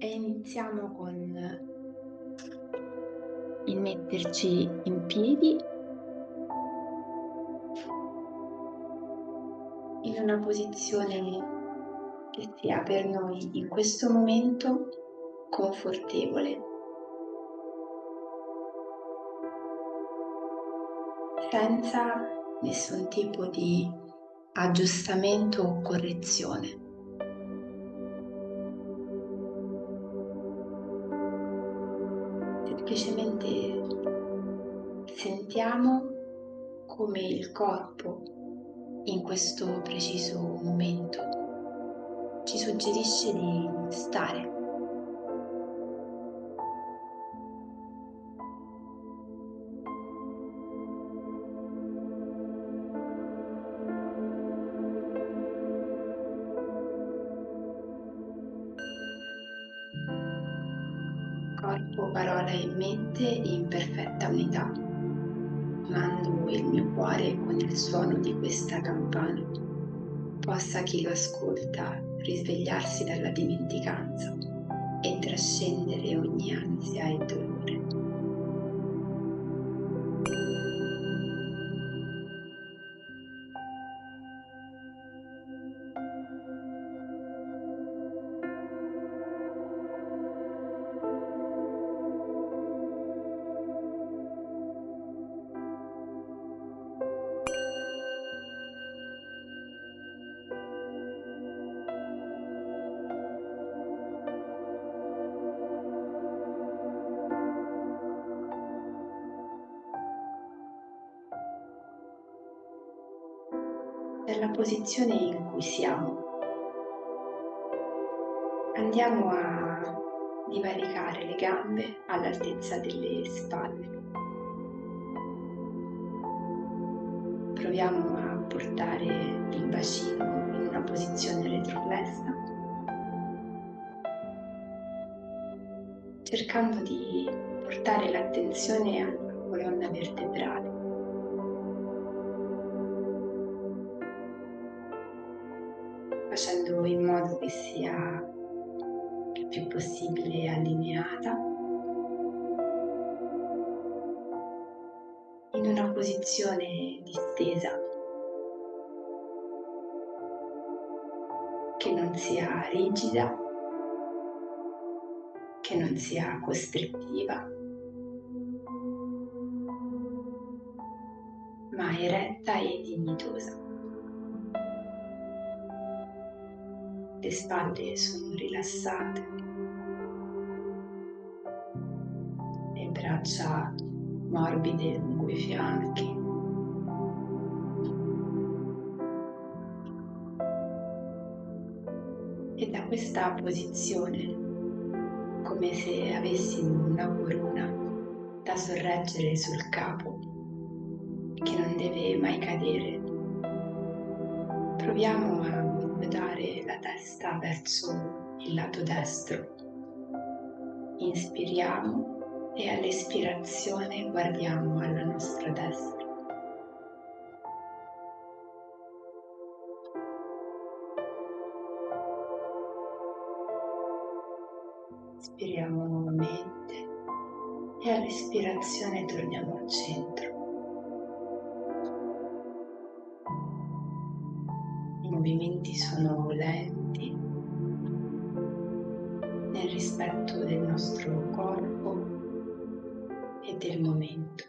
e iniziamo con il metterci in piedi in una posizione che sia per noi in questo momento confortevole, senza nessun tipo di aggiustamento o correzione. Semplicemente sentiamo come il corpo in questo preciso momento ci suggerisce di stare. Corpo, parola e mente in perfetta unità. Mando il mio cuore con il suono di questa campana. Possa chi lo ascolta risvegliarsi dalla dimenticanza e trascendere ogni ansia e dolore. Nella posizione in cui siamo, andiamo a divaricare le gambe all'altezza delle spalle. Proviamo a portare il bacino in una posizione retroflessa, cercando di portare l'attenzione alla colonna vertebrale. Facendo in modo che sia il più possibile allineata, in una posizione distesa, che non sia rigida, che non sia costrittiva, ma eretta e dignitosa. Le spalle sono rilassate, le braccia morbide lungo i fianchi. E da questa posizione, come se avessimo una corona da sorreggere sul capo, che non deve mai cadere, proviamo a guardare la testa verso il lato destro. Inspiriamo e all'espirazione guardiamo alla nostra destra. Ispiriamo nuovamente e all'espirazione torniamo al centro. I movimenti sono lenti, nel rispetto del nostro corpo e del momento.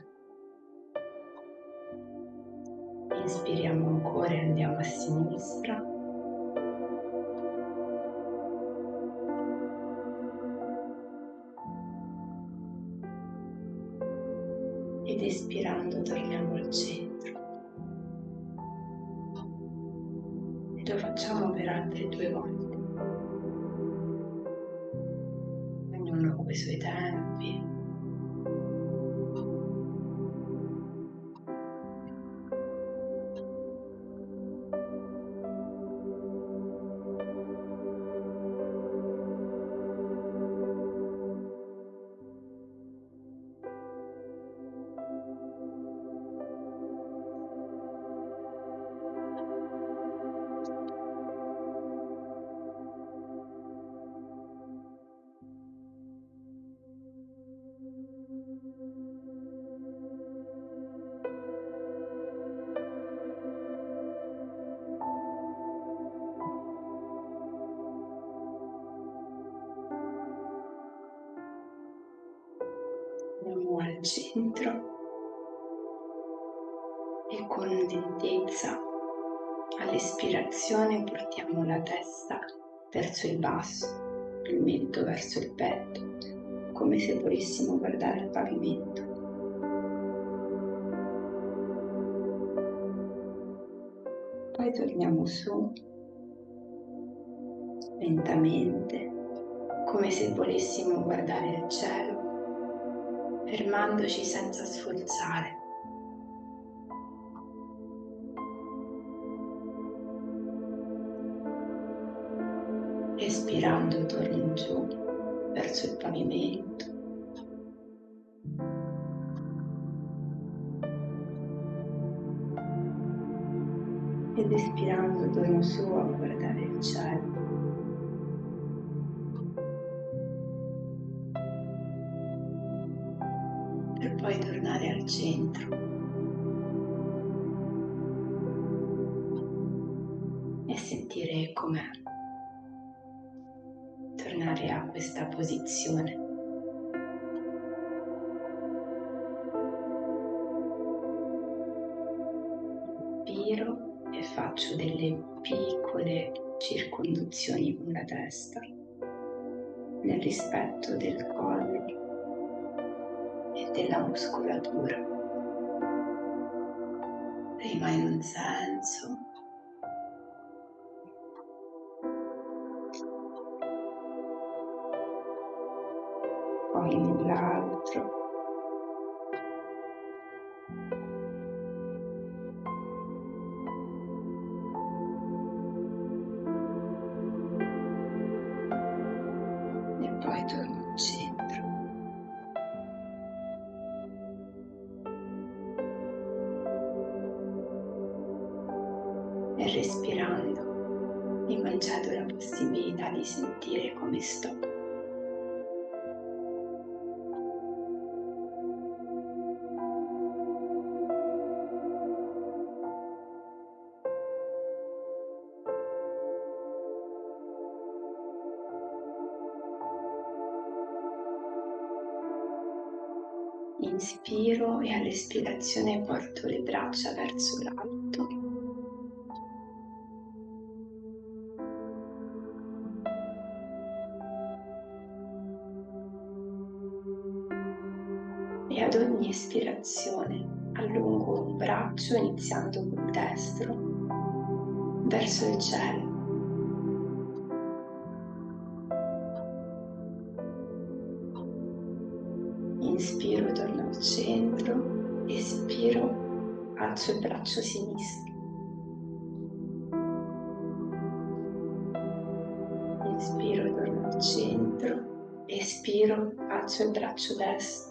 Inspiriamo ancora e andiamo a sinistra. Ed espirando torniamo al centro. E lo facciamo per altre 2 volte. Ognuno con i suoi tempi. torniamo al centro e con lentezza all'espirazione portiamo la testa verso il basso, il mento verso il petto, come se volessimo guardare il pavimento. Poi torniamo su, lentamente, come se volessimo guardare il cielo, fermandoci senza sforzare. Respirando torno giù verso il pavimento. Ed espirando torno su a guardare il cielo. Per poi tornare al centro e sentire com'è. Tornare a questa posizione. Inspiro e faccio delle piccole circonduzioni con la testa, nel rispetto del collo e della muscolatura. Prima in un senso, poi nell'altro. E poi torno al centro. E respirando mi concedo la possibilità di sentire come sto. Inspiro e all'espirazione porto le braccia verso l'alto. E ad ogni espirazione allungo un braccio iniziando col destro verso il cielo. Inspiro, torno al centro, espiro, alzo il braccio sinistro. Inspiro, torno al centro, espiro, alzo il braccio destro.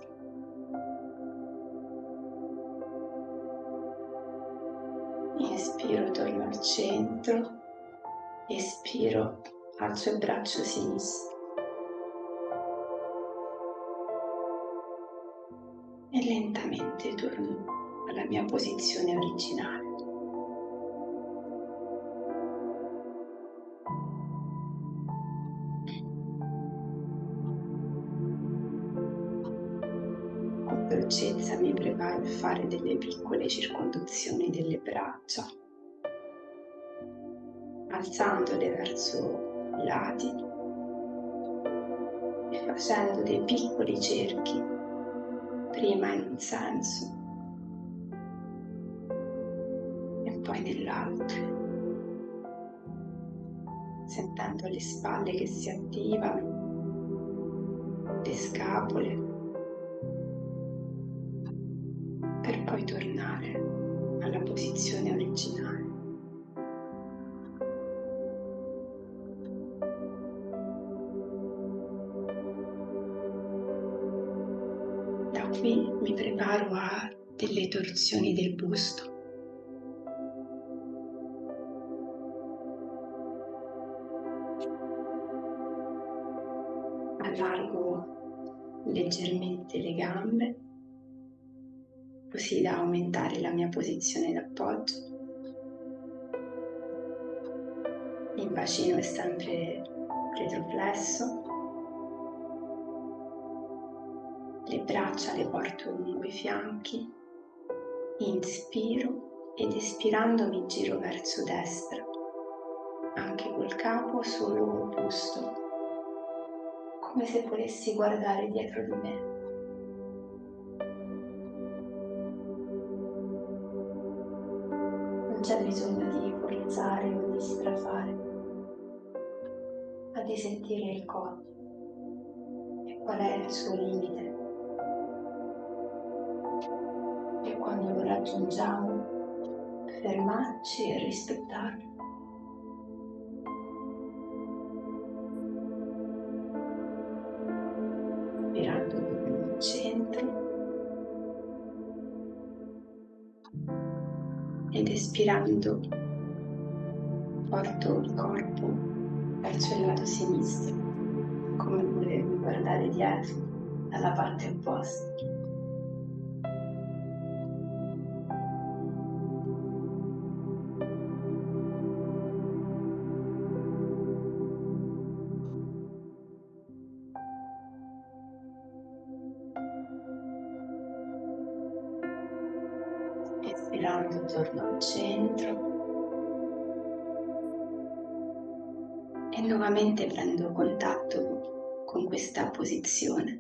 Inspiro, torno al centro, espiro, alzo il braccio sinistro. E lentamente torno alla mia posizione originale. Con dolcezza mi preparo a fare delle piccole circonduzioni delle braccia, alzandole verso i lati e facendo dei piccoli cerchi, prima in un senso e poi nell'altro, sentendo le spalle che si attivano, le scapole, per poi tornare alla posizione originale. Da qui mi preparo a delle torsioni del busto. Allargo leggermente le gambe, così da aumentare la mia posizione d'appoggio. Il bacino è sempre retroflesso. Le braccia le porto lungo i fianchi, inspiro ed espirando mi giro verso destra, anche col capo solo un busto, come se volessi guardare dietro di me. Non c'è bisogno di forzare o di strafare, ma di sentire il corpo e qual è il suo limite. E quando lo raggiungiamo, fermarci e rispettarlo. Respirando al centro ed espirando porto il corpo verso il lato sinistro, come volermi guardare dietro dalla parte opposta. Espirando torno al centro e nuovamente prendo contatto con questa posizione.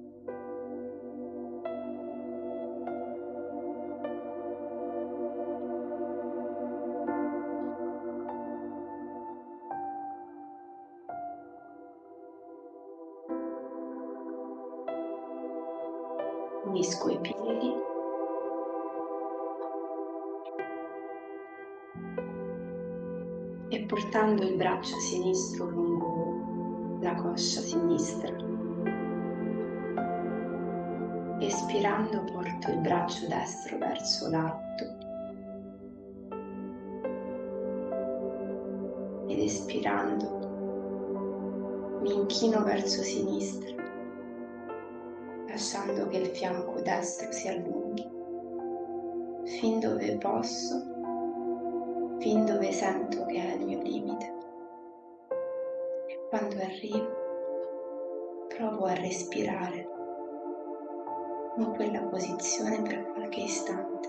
Unisco i piedi e portando il braccio sinistro lungo la coscia sinistra. Espirando porto il braccio destro verso l'alto ed espirando mi inchino verso sinistra, lasciando che il fianco destro si allunghi fin dove posso, fin dove sento che è il mio limite. E quando arrivo, provo a respirare in quella posizione per qualche istante.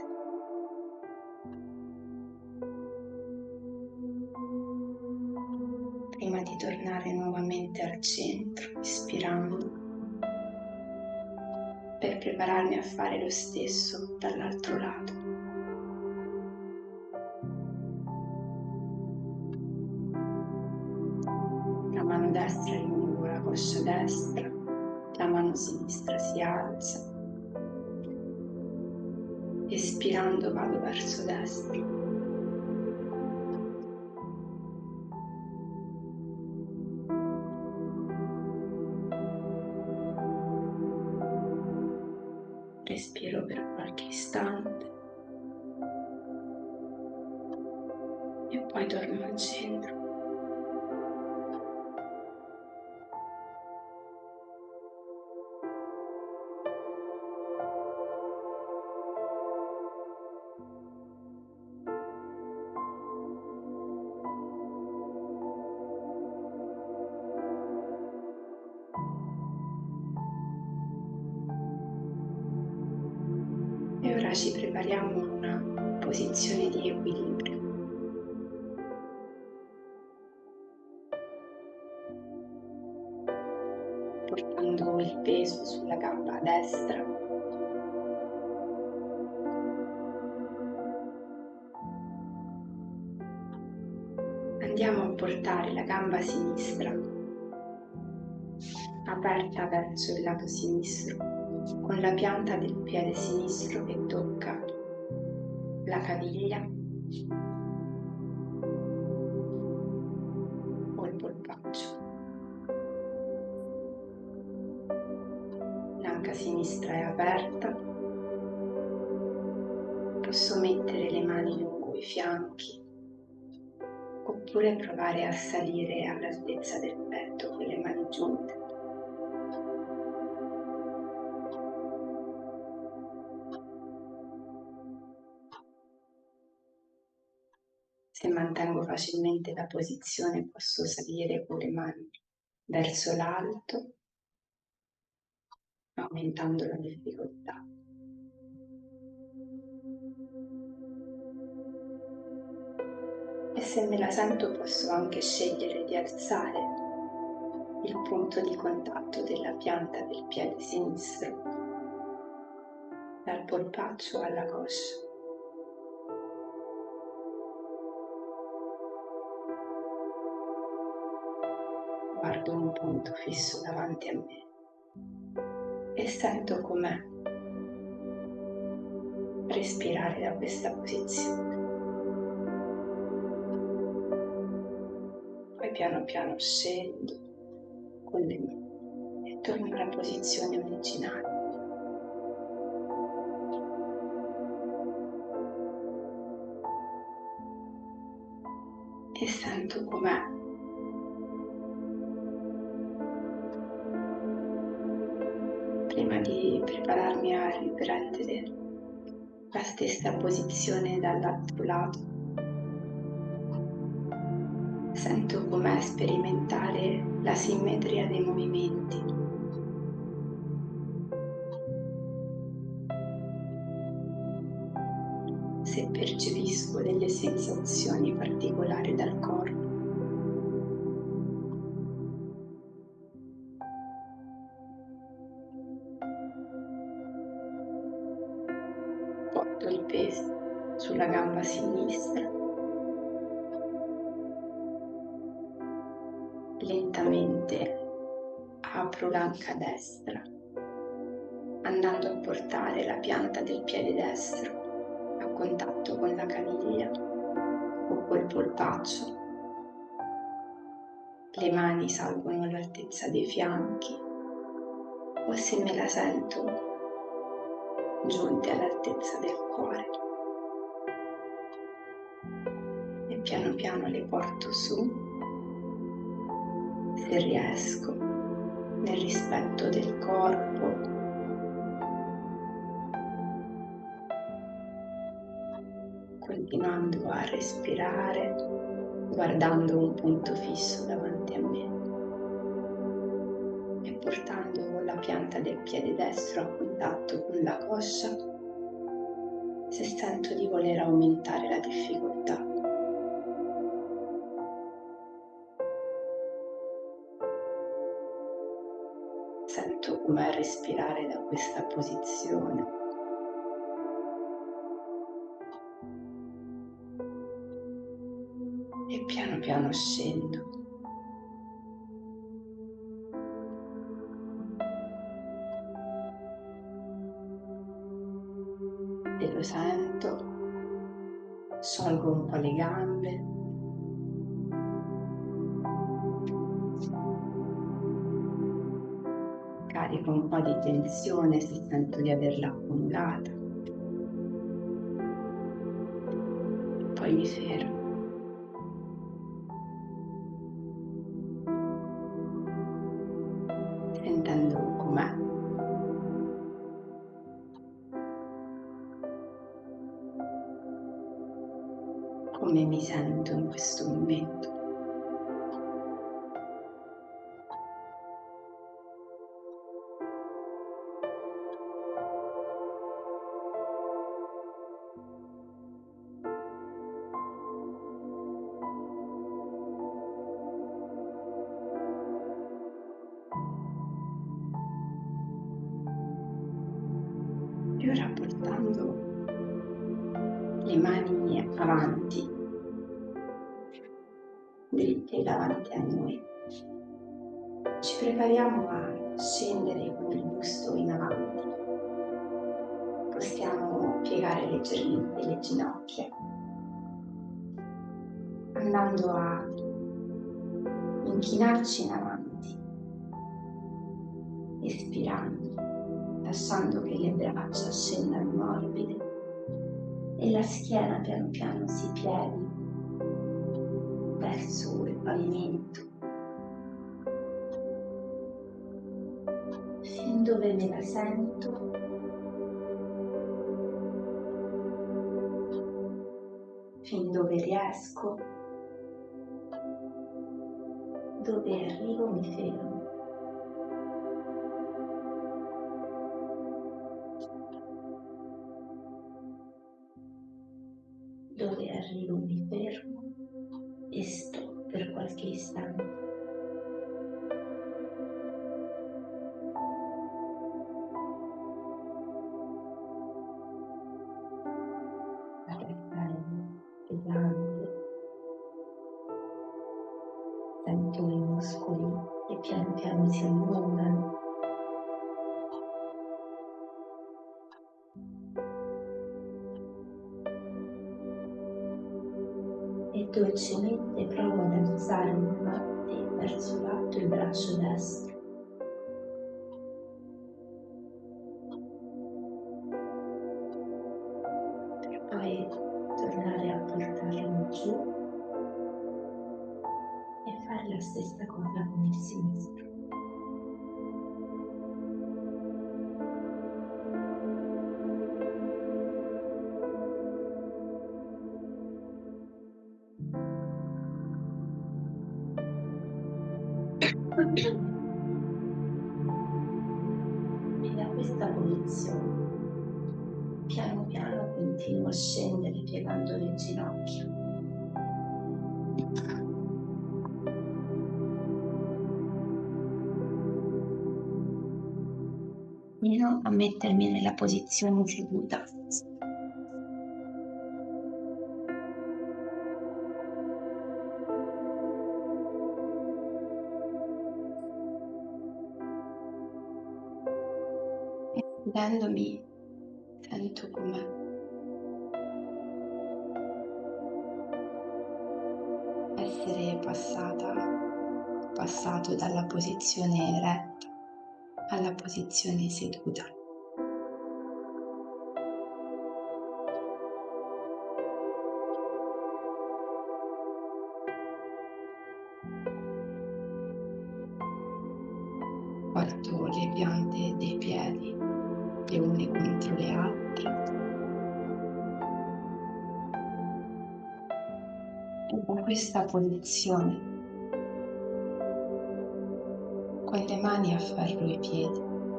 Prima di tornare nuovamente al centro, ispirando, per prepararmi a fare lo stesso dall'altro lato. La mano destra è lungo la coscia destra, la mano sinistra si alza. Espirando vado verso destra. Respiro per qualche istante e poi torno al centro. E ora ci prepariamo a una posizione di equilibrio. Portando il peso sulla gamba destra. Andiamo a portare la gamba sinistra aperta verso il lato sinistro, con la pianta del piede sinistro che tocca la caviglia o il polpaccio. L'anca sinistra è aperta. Posso mettere le mani lungo i fianchi oppure provare a salire all'altezza del petto con le mani giunte. Se mantengo facilmente la posizione, posso salire con le mani verso l'alto aumentando la difficoltà. E se me la sento posso anche scegliere di alzare il punto di contatto della pianta del piede sinistro dal polpaccio alla coscia. Guardo un punto fisso davanti a me e sento com'è respirare da questa posizione. Poi piano piano scendo con le mani e torno alla posizione originale. E sento com'è prima di prepararmi a riprendere la stessa posizione dall'altro lato. Sento com'è sperimentare la simmetria dei movimenti. Se percepisco delle sensazioni particolari dal corpo. Porto il peso sulla gamba sinistra. Lentamente apro l'anca destra, andando a portare la pianta del piede destro a contatto con la caviglia o col polpaccio. Le mani salgono all'altezza dei fianchi o, se me la sento, giunte all'altezza del cuore. E piano piano le porto su, se riesco, nel rispetto del corpo, continuando a respirare, guardando un punto fisso davanti a me e portando la pianta del piede destro a contatto con la coscia. Se sento di voler aumentare la difficoltà, sento com'è respirare da questa posizione. E piano piano scendo. E lo sento, sciolgo un po' le gambe. Carico un po' di tensione se sento di averla accumulata. Poi mi fermo. Sentendo com'è. Come mi sento in questo momento. E ora, portando le mani avanti, dritte davanti a noi, ci prepariamo a scendere con il busto in avanti. Possiamo piegare leggermente le ginocchia, andando a inchinarci in avanti, espirando, lasciando che le braccia scendano morbide e la schiena piano piano si pieghi verso il pavimento, fin dove me la sento, fin dove riesco. Dove arrivo mi fermo. arrivo mi fermo e sto per qualche istante. La testa è pesante, sento i muscoli che piano piano si allungano. E dolcemente provo ad alzare le mani verso l'alto il braccio destro. Poi tornare a portarlo giù e fare la stessa cosa con il sinistro. E da questa posizione, piano piano continuo a scendere piegando le ginocchia. Fino a mettermi nella posizione seduta. E sedendomi sento come essere passato dalla posizione eretta alla posizione seduta. Porto le piante dei piedi le une contro le altre e da questa posizione con le mani afferro i piedi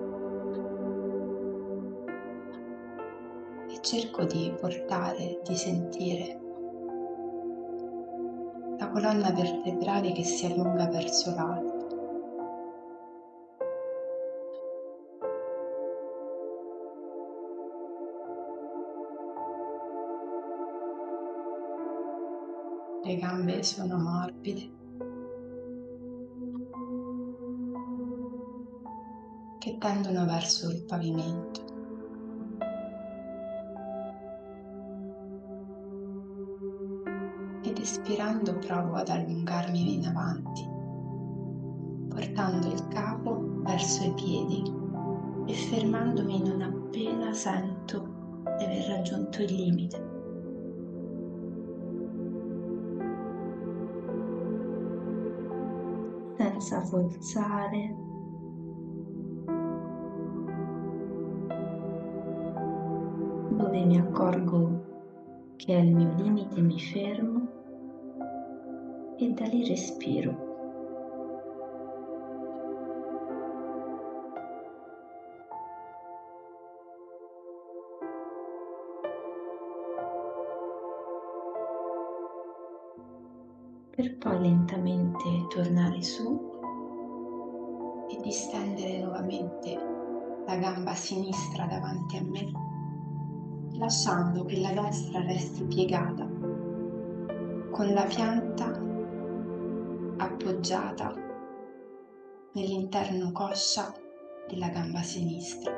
e cerco di sentire la colonna vertebrale che si allunga verso l'alto. Le gambe sono morbide, che tendono verso il pavimento. Ed espirando provo ad allungarmi in avanti, portando il capo verso i piedi e fermandomi non appena sento di aver raggiunto il limite. Senza forzare, dove mi accorgo che è il mio limite mi fermo e da lì respiro. Per poi lentamente tornare su e distendere nuovamente la gamba sinistra davanti a me, lasciando che la destra resti piegata, con la pianta appoggiata nell'interno coscia della gamba sinistra.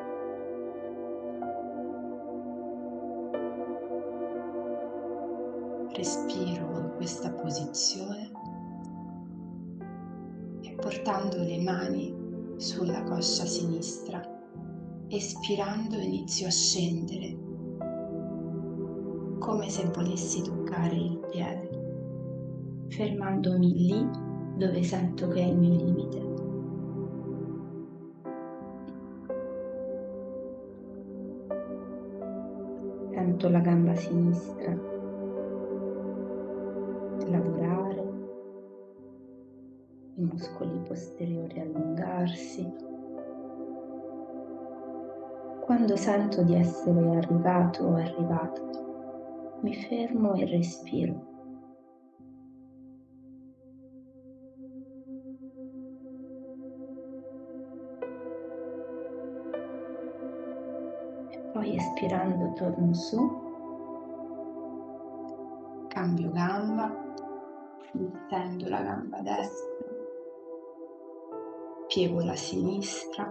Respiro in questa posizione e portando le mani sulla coscia sinistra, espirando inizio a scendere come se volessi toccare il piede, fermandomi lì dove sento che è il mio limite. Sento la gamba sinistra lavorare, i muscoli posteriori allungarsi. Quando sento di essere arrivato o arrivata, Mi fermo e respiro. E poi espirando torno su, cambio gamba, distendo la gamba destra, piego la sinistra,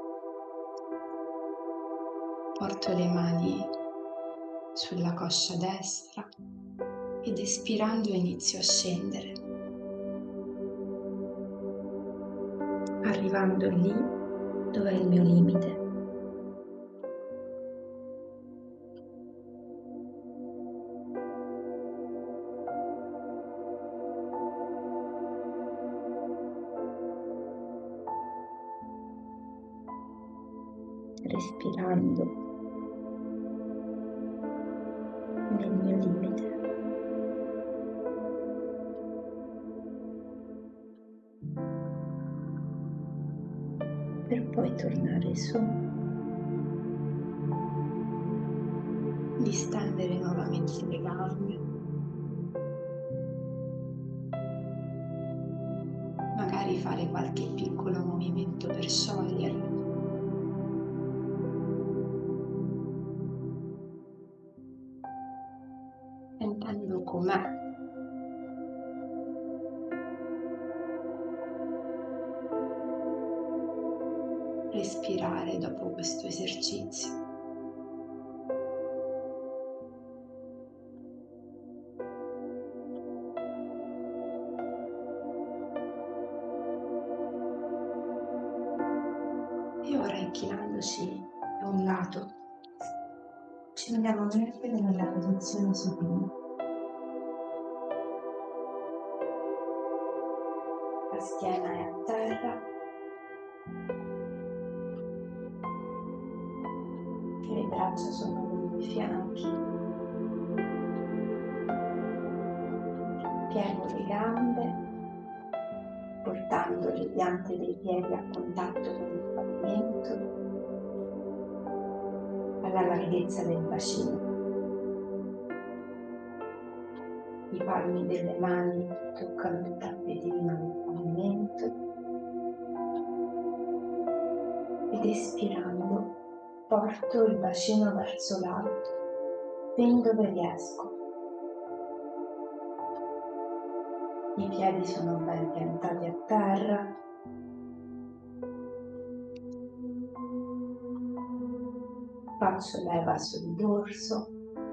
porto le mani sulla coscia destra ed espirando inizio a scendere, arrivando lì dove è il mio limite. Respirando nel mio limite. Per poi tornare su, distendere nuovamente le gambe, magari fare qualche piccolo movimento per scioglierle. Sentendo com'è. Respirare dopo questo esercizio. E ora inchinandoci da un lato, ci andiamo a mettere nella posizione supina. La schiena è a terra, le braccia sono lungo i fianchi, piego le gambe, portando le piante dei piedi a contatto con il pavimento, alla larghezza del bacino. I palmi delle mani toccano il tappetino del pavimento ed espirando porto il bacino verso l'alto fin dove riesco. I piedi sono ben piantati a terra. Faccio leva sul dorso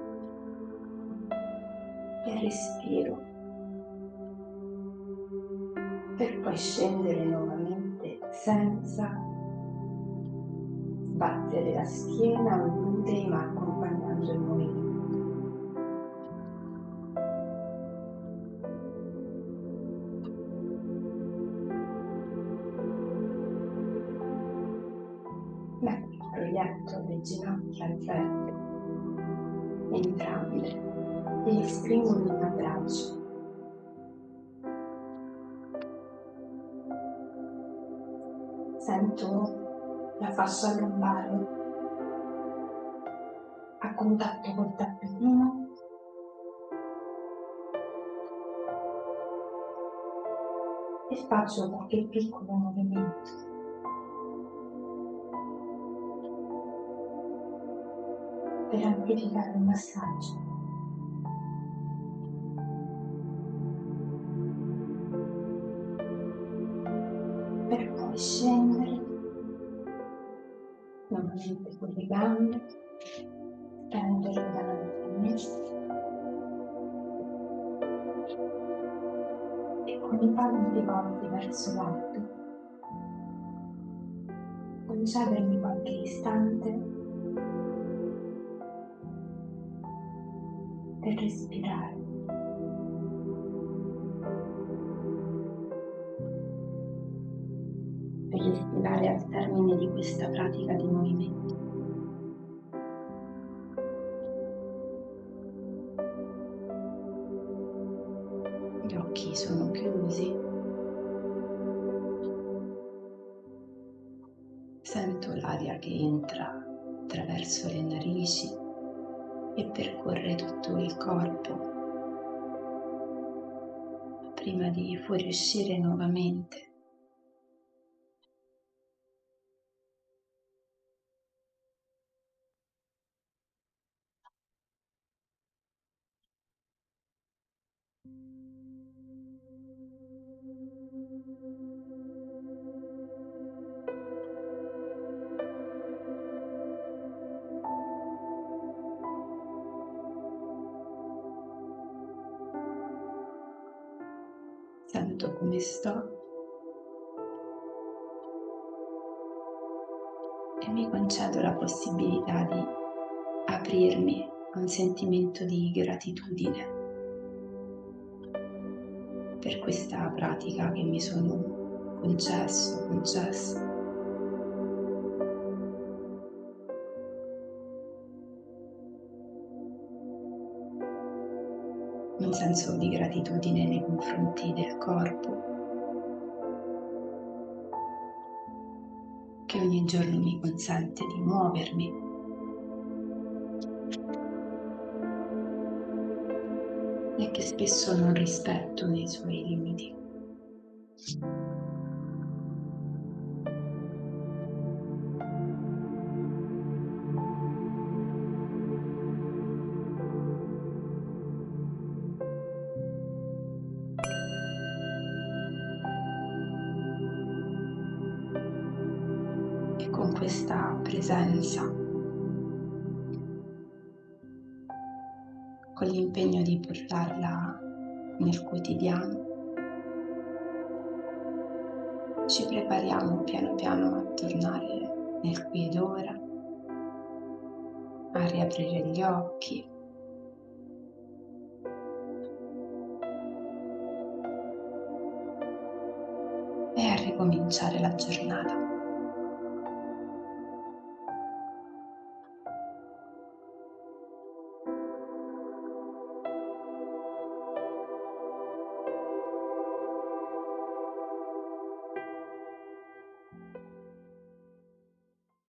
e respiro per poi scendere nuovamente senza sbattere la schiena o i glutei, ma accompagnando il movimento. Proietto le ginocchia al petto, entrambe, e li stringo in un abbraccio. Sento la fascia lombare a contatto col tappetino e faccio qualche piccolo movimento. Per amplificare il massaggio. Per poi scendere nuovamente con le gambe, stendere davanti a me e con i palmi rivolti verso l'alto concedermi qualche istante per respirare. Per respirare al termine di questa pratica di movimento. Gli occhi sono chiusi. Sento l'aria che entra attraverso le narici e percorre tutto il corpo prima di fuoriuscire nuovamente. Sento come sto e mi concedo la possibilità di aprirmi a un sentimento di gratitudine per questa pratica che mi sono concessa. Un senso di gratitudine nei confronti del corpo che ogni giorno mi consente di muovermi e che spesso non rispetto nei suoi limiti. E con questa presenza, con l'impegno di portarla nel quotidiano, ci prepariamo piano piano a tornare nel qui ed ora, a riaprire gli occhi e a ricominciare la giornata.